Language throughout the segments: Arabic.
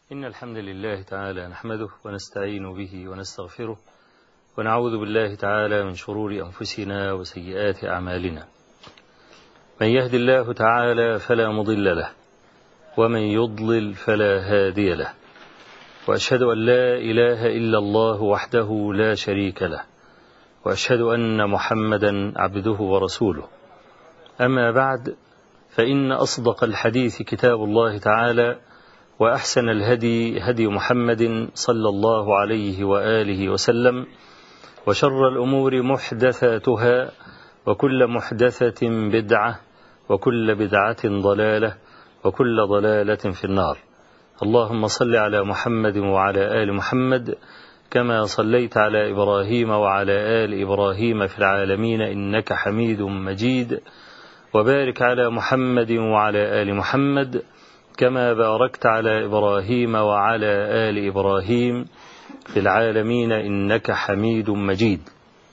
إن الحمد لله تعالى نحمده ونستعين به ونستغفره ونعوذ بالله تعالى من شرور أنفسنا وسيئات أعمالنا. من يهد الله تعالى فلا مضل له ومن يضلل فلا هادي له، وأشهد أن لا إله إلا الله وحده لا شريك له، وأشهد أن محمدا عبده ورسوله. أما بعد، فإن أصدق الحديث كتاب الله تعالى، وأحسن الهدي هدي محمد صلى الله عليه وآله وسلم، وشر الأمور محدثاتها، وكل محدثة بدعة، وكل بدعة ضلالة، وكل ضلالة في النار. اللهم صل على محمد وعلى آل محمد كما صليت على إبراهيم وعلى آل إبراهيم في العالمين إنك حميد مجيد، وبارك على محمد وعلى آل محمد كما باركت على إبراهيم وعلى آل إبراهيم في العالمين إنك حميد مجيد.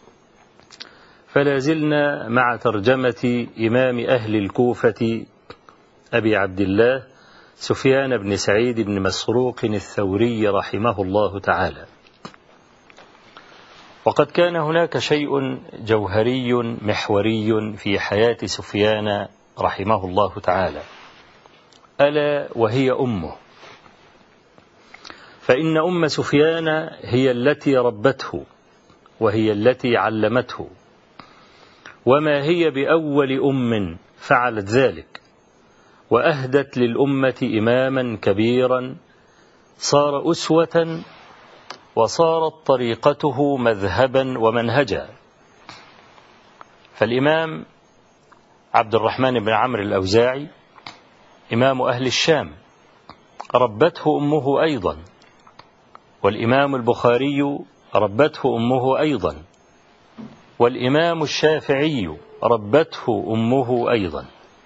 فلا زلنا مع ترجمة إمام أهل الكوفة أبي عبد الله سفيان بن سعيد بن مسروق الثوري رحمه الله تعالى. وقد كان هناك شيء جوهري محوري في حياة سفيان رحمه الله تعالى، ألا وهي أمه. فإن أم سفيان هي التي ربته، وهي التي علمته، وما هي بأول أم فعلت ذلك، وأهدت للأمة إماما كبيرا صار أسوة، وصارت طريقته مذهبا ومنهجا. فالإمام عبد الرحمن بن عمرو الأوزاعي إمام أهل الشام ربته أمه أيضا، والإمام البخاري ربته أمه أيضا، والإمام الشافعي ربته أمه أيضا.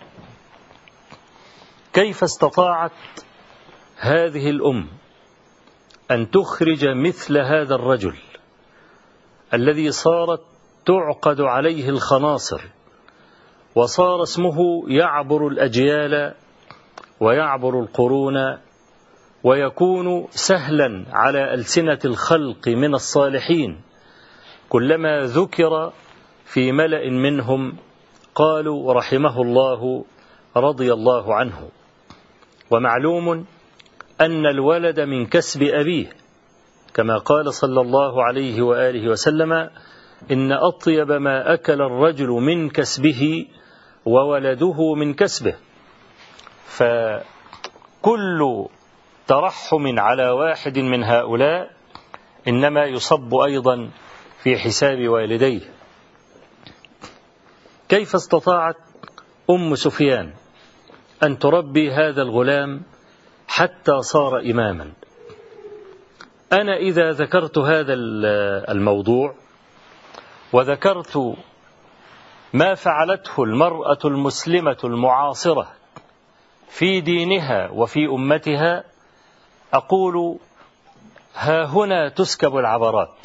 كيف استطاعت هذه الأم أن تخرج مثل هذا الرجل الذي صارت تعقد عليه الخناصر، وصار اسمه يعبر الأجيال ويعبر القرون، ويكون سهلا على ألسنة الخلق من الصالحين؟ كلما ذكر في ملأ منهم قالوا رحمه الله رضي الله عنه. ومعلوم أن الولد من كسب أبيه، كما قال صلى الله عليه وآله وسلم: إن أطيب ما أكل الرجل من كسبه وولده من كسبه. فكل ترحم على واحد من هؤلاء إنما يصب أيضا في حساب والديه. كيف استطاعت أم سفيان أن تربي هذا الغلام حتى صار إماما؟ أنا إذا ذكرت هذا الموضوع وذكرت ما فعلته المرأة المسلمة المعاصرة في دينها وفي أمتها، أقول ها هنا تسكب العبرات.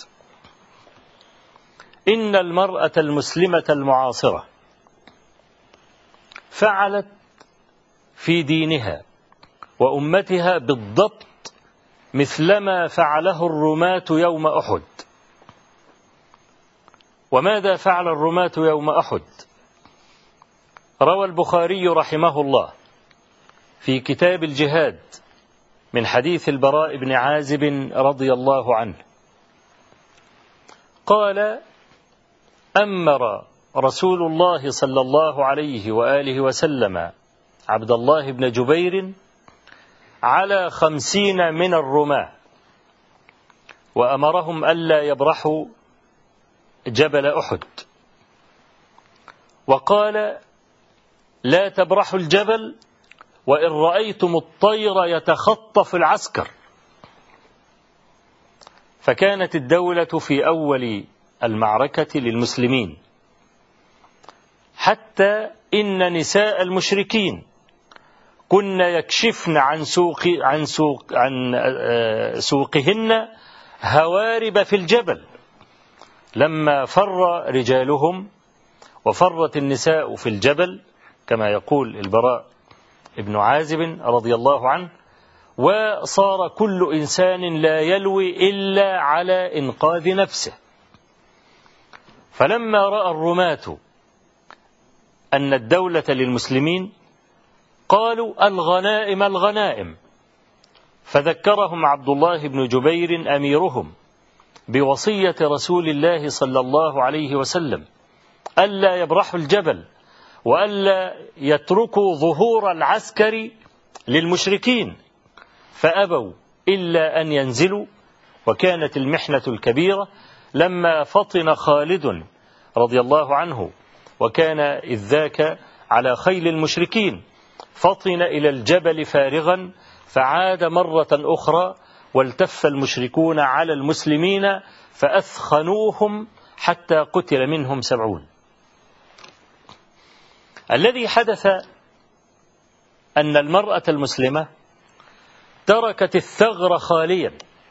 إن المرأة المسلمة المعاصرة فعلت في دينها وأمتها بالضبط مثلما فعله الرماة يوم أحد. وماذا فعل الرماة يوم أحد؟ روى البخاري رحمه الله في كتاب الجهاد من حديث البراء بن عازب رضي الله عنه قال: أمر رسول الله صلى الله عليه وآله وسلم عبد الله بن جبير على 50 من الرماة، وأمرهم ألا يبرحوا جبل أحد، وقال: لا تبرحوا الجبل وإن رأيتم الطير يتخطف العسكر. فكانت الدولة في أول المعركة للمسلمين، حتى إن نساء المشركين كن يكشفن عن سوقهن هوارب في الجبل. لما فر رجالهم وفرت النساء في الجبل كما يقول البراء ابن عازب رضي الله عنه، وصار كل إنسان لا يلوي إلا على إنقاذ نفسه. فلما رأى الرماة أن الدولة للمسلمين قالوا الغنائم الغنائم، فذكرهم عبد الله بن جبير أميرهم بوصية رسول الله صلى الله عليه وسلم ألا يبرحوا الجبل وألا يتركوا ظهور العسكر للمشركين، فأبوا إلا أن ينزلوا. وكانت المحنة الكبيرة لما فطن خالد رضي الله عنه، وكان إذ ذاك على خيل المشركين، فطن إلى الجبل فارغا، فعاد مرة أخرى والتف المشركون على المسلمين فأثخنوهم حتى قتل منهم 70. الذي حدث أن المرأة المسلمة تركت الثغر خاليا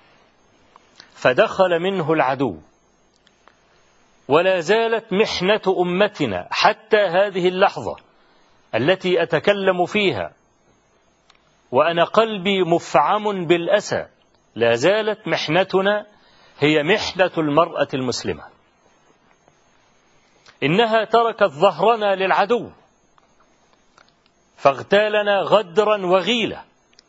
فدخل منه العدو، ولا زالت محنة أمتنا حتى هذه اللحظة التي أتكلم فيها وأنا قلبي مفعم بالأسى، لا زالت محنتنا هي محنة المرأة المسلمة. إنها تركت ظهرنا للعدو فاغتالنا غدرا وغيلة.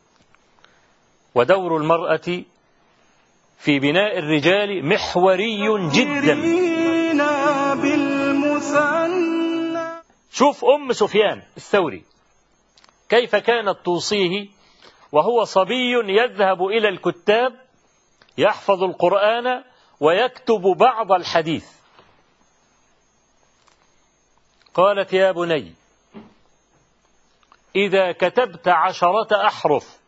ودور المرأة في بناء الرجال محوري جدا. شوف أم سفيان الثوري كيف كانت توصيه وهو صبي يذهب إلى الكتاب يحفظ القرآن ويكتب بعض الحديث. قالت يا بني إذا كتبت 10 أحرف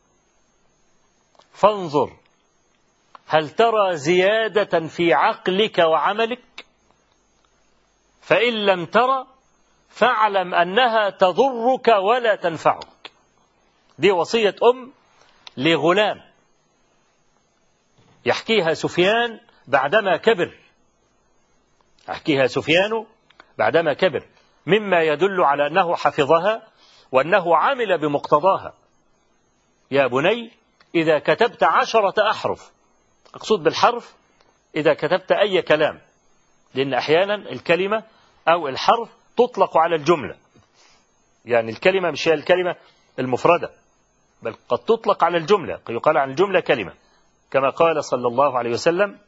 فانظر هل ترى زيادة في عقلك وعملك، فإن لم ترى فاعلم أنها تضرك ولا تنفعك. دي وصية لغلام يحكيها سفيان بعدما كبر، يحكيها سفيان بعدما كبر، مما يدل على أنه حفظها وأنه عمل بمقتضاها. يا بني إذا كتبت 10 أحرف، أقصد بالحرف إذا كتبت أي كلام، لأن أحيانا الكلمة أو الحرف تطلق على الجملة، يعني الكلمة مش هي الكلمة المفردة، بل قد تطلق على الجملة، يقال عن الجملة كلمة، كما قال صلى الله عليه وسلم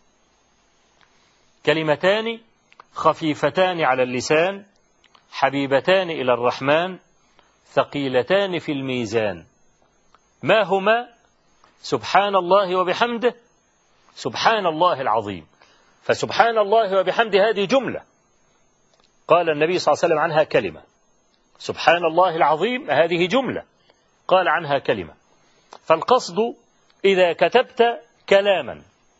كلمتان خفيفتان على اللسان حبيبتان إلى الرحمن ثقيلتان في الميزان، ما هما؟ سبحان الله وبحمده، سبحان الله العظيم. فسبحان الله وبحمده هذه جملة قال النبي صلى الله عليه وسلم عنها كلمة، سبحان الله العظيم هذه جملة قال عنها كلمة. فالقصد إذا كتبت كلاما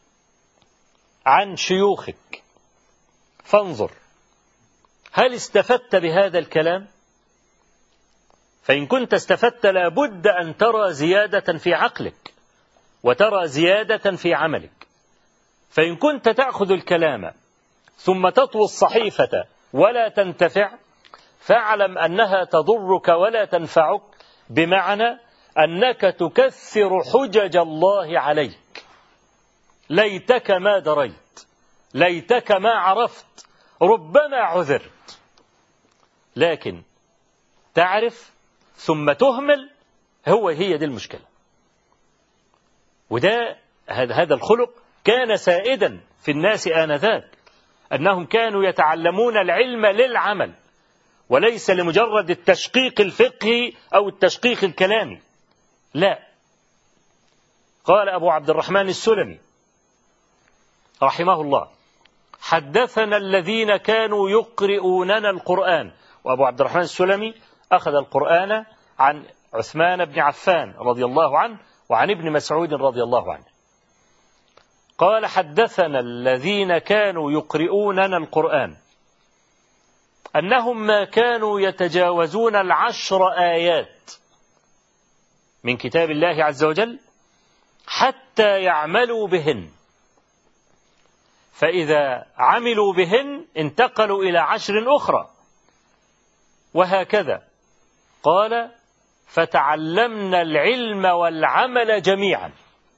عن شيوخك فانظر هل استفدت بهذا الكلام، فإن كنت استفدت لابد أن ترى زيادة في عقلك وترى زيادة في عملك. فإن كنت تأخذ الكلام ثم تطوي الصحيفة ولا تنتفع فاعلم أنها تضرك ولا تنفعك، بمعنى أنك تكثر حجج الله عليك. ليتك ما دريت، ليتك ما عرفت، ربما عذرت، لكن تعرف ثم تهمل، هي دي المشكلة. وده هذا الخلق كان سائدا في الناس آنذاك، أنهم كانوا يتعلمون العلم للعمل وليس لمجرد التشقيق الفقهي أو التشقيق الكلامي، لا. قال أبو عبد الرحمن السلمي رحمه الله حدثنا الذين كانوا يقرؤوننا القرآن. وأبو عبد الرحمن السلمي أخذ القرآن عن عثمان بن عفان رضي الله عنه وعن ابن مسعود رضي الله عنه. قال حدثنا الذين كانوا يقرؤوننا القرآن أنهم ما كانوا يتجاوزون 10 آيات من كتاب الله عز وجل حتى يعملوا بهن، فإذا عملوا بهن انتقلوا إلى 10 أخرى، وهكذا. قال فتعلمنا العلم والعمل جميعا.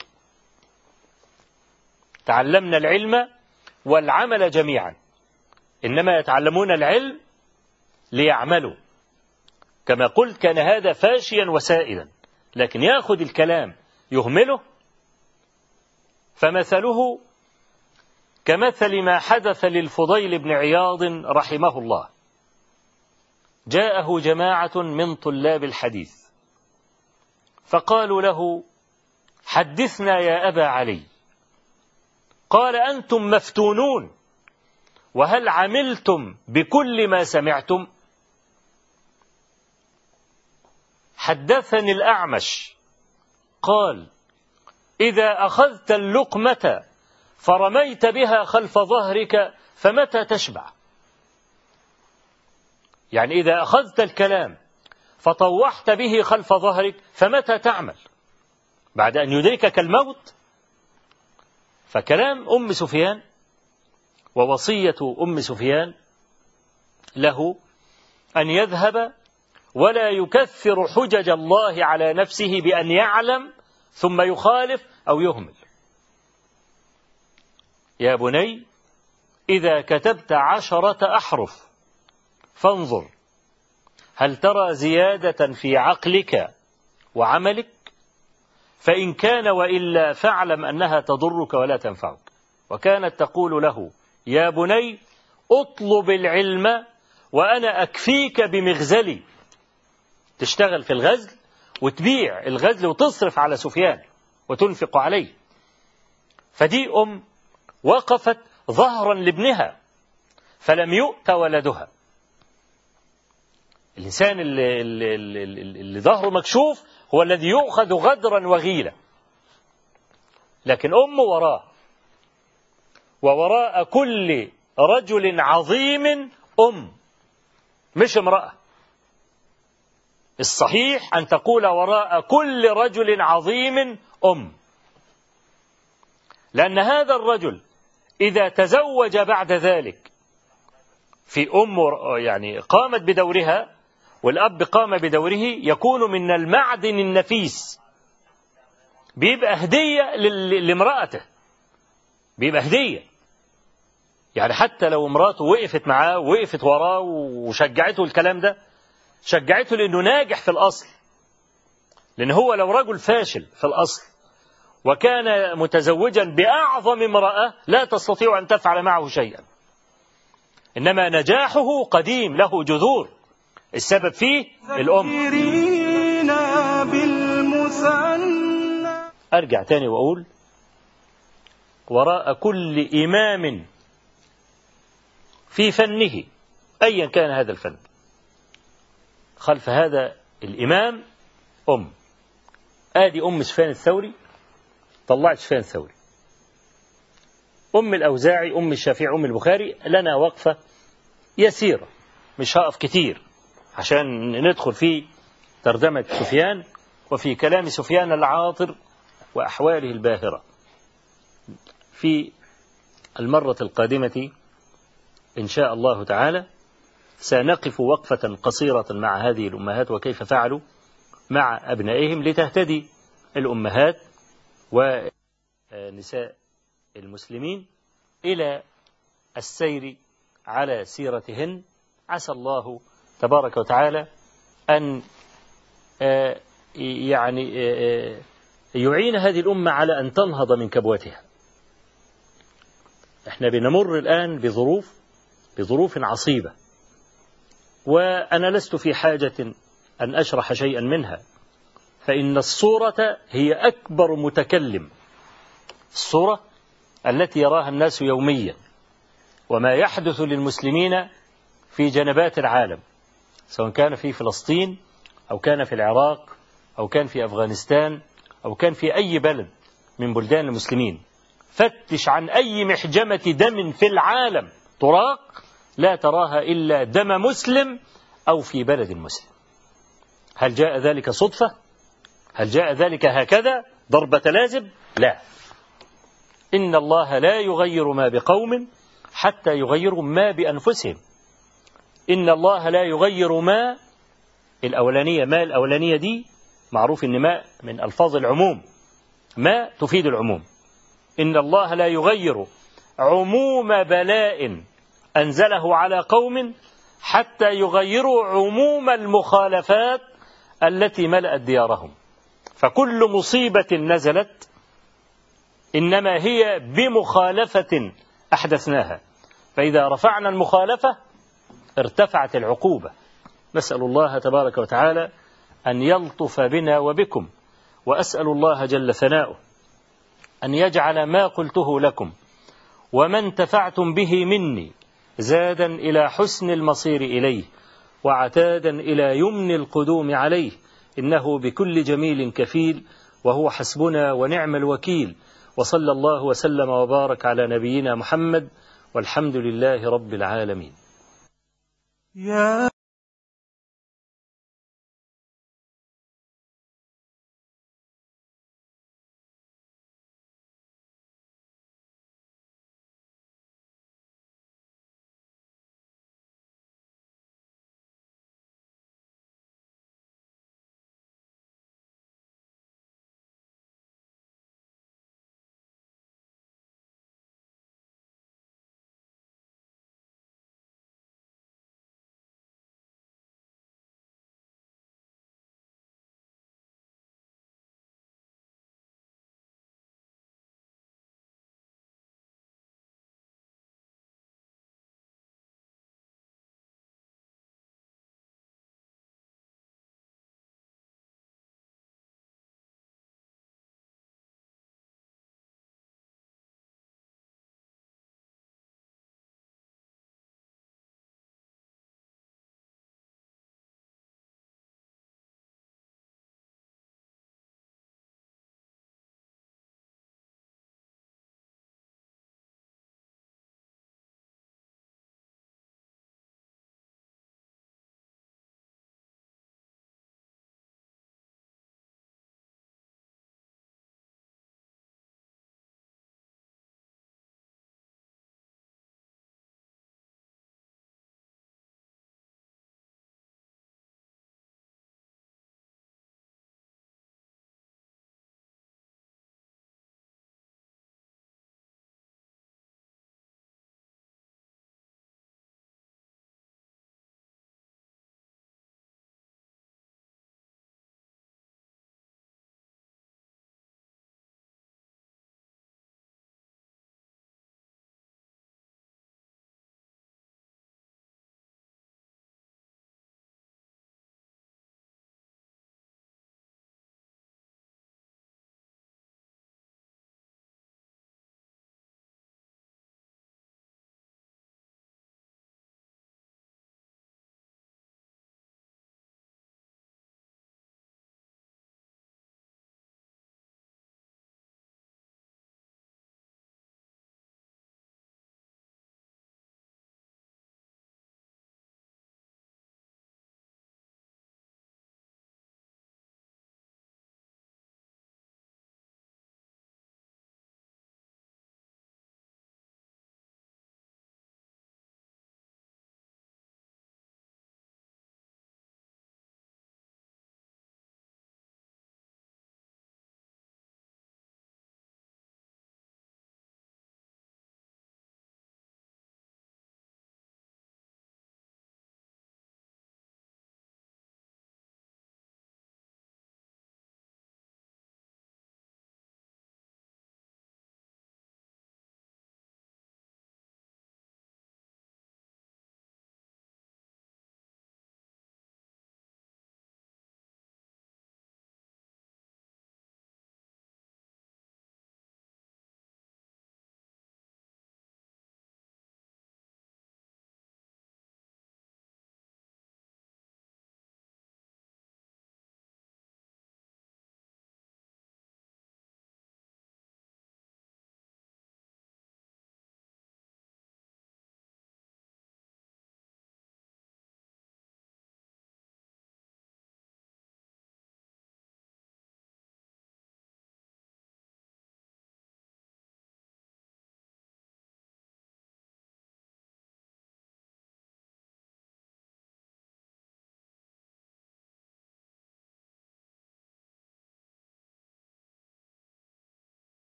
تعلمنا العلم والعمل جميعا، إنما يتعلمون العلم ليعملوا. كما قلت كان هذا فاشيا وسائدا، لكن يأخذ الكلام يهمله، فمثله كمثل ما حدث للفضيل بن عياض رحمه الله. جاءه جماعة من طلاب الحديث فقالوا له: حدثنا يا أبا علي. قال: أنتم مفتونون، وهل عملتم بكل ما سمعتم؟ حدثني الأعمش قال: إذا أخذت اللقمة فرميت بها خلف ظهرك فمتى تشبع؟ يعني إذا أخذت الكلام فطوحت به خلف ظهرك فمتى تعمل؟ بعد أن يدركك الموت. فكلام أم سفيان ووصية أم سفيان له أن يذهب ولا يكثر حجج الله على نفسه بأن يعلم ثم يخالف أو يهمل. يا بني إذا كتبت 10 أحرف فانظر هل ترى زيادة في عقلك وعملك، فإن كان وإلا فاعلم أنها تضرك ولا تنفعك. وكانت تقول له: يا بني اطلب العلم وأنا أكفيك بمغزلي. تشتغل في الغزل وتبيع الغزل وتصرف على سفيان وتنفق عليه. فدي وقفت ظهرا لابنها فلم يؤت ولدها. الإنسان اللي ظهره مكشوف هو الذي يؤخذ غدرا وغيلة، لكن وراه، ووراء كل رجل عظيم مش امرأة. الصحيح أن تقول وراء كل رجل عظيم لأن هذا الرجل إذا تزوج بعد ذلك في يعني قامت بدورها والأب قام بدوره، يكون من المعدن النفيس، بيبقى هدية لامرأته، بيبقى هدية. يعني حتى لو امراته وقفت معاه ووقفت وراه وشجعته الكلام ده، شجعته لأنه ناجح في الأصل. لأن هو لو رجل فاشل في الأصل وكان متزوجا بأعظم امرأة لا تستطيع أن تفعل معه شيئا، إنما نجاحه قديم له جذور، السبب فيه الأم. أرجع تاني وأقول وراء كل إمام في فنه أيا كان هذا الفن، خلف هذا الإمام آدي سفيان الثوري طلعت سفيان الثوري، الأوزاعي، الشافعي، البخاري. لنا وقفة يسيرة، مش هقف كتير عشان ندخل في ترجمة سفيان وفي كلام سفيان العاطر وأحواله الباهرة. في المرة القادمة إن شاء الله تعالى سنقف وقفة قصيرة مع هذه الأمهات وكيف فعلوا مع أبنائهم لتهتدي الأمهات ونساء المسلمين إلى السير على سيرتهن. عسى الله تبارك وتعالى أن يعين هذه الأمة على أن تنهض من كبوتها. احنا بنمر الآن بظروف عصيبة، وأنا لست في حاجة أن أشرح شيئا منها، فإن الصورة هي أكبر متكلم. الصورة التي يراها الناس يوميا، وما يحدث للمسلمين في جنبات العالم، سواء كان في فلسطين أو كان في العراق أو كان في أفغانستان أو كان في أي بلد من بلدان المسلمين. فتش عن أي محجمة دم في العالم تراق لا تراها إلا دم مسلم أو في بلد مسلم. هل جاء ذلك صدفة؟ هل جاء ذلك هكذا ضربة لازم؟ لا. إن الله لا يغير ما بقوم حتى يغيروا ما بأنفسهم. إن الله لا يغير ما الأولانية، ما الأولانية دي معروف إن ما من ألفاظ العموم، ما تفيد العموم. إن الله لا يغير عموم بلاء أنزله على قوم حتى يغيروا عموم المخالفات التي ملأت ديارهم. فكل مصيبة نزلت إنما هي بمخالفة أحدثناها، فإذا رفعنا المخالفة ارتفعت العقوبة. نسأل الله تبارك وتعالى أن يلطف بنا وبكم، وأسأل الله جل ثناؤه أن يجعل ما قلته لكم وما انتفعتم به مني زادا إلى حسن المصير إليه، وعتادا إلى يمن القدوم عليه، إنه بكل جميل كفيل، وهو حسبنا ونعم الوكيل. وصلى الله وسلم وبارك على نبينا محمد، والحمد لله رب العالمين.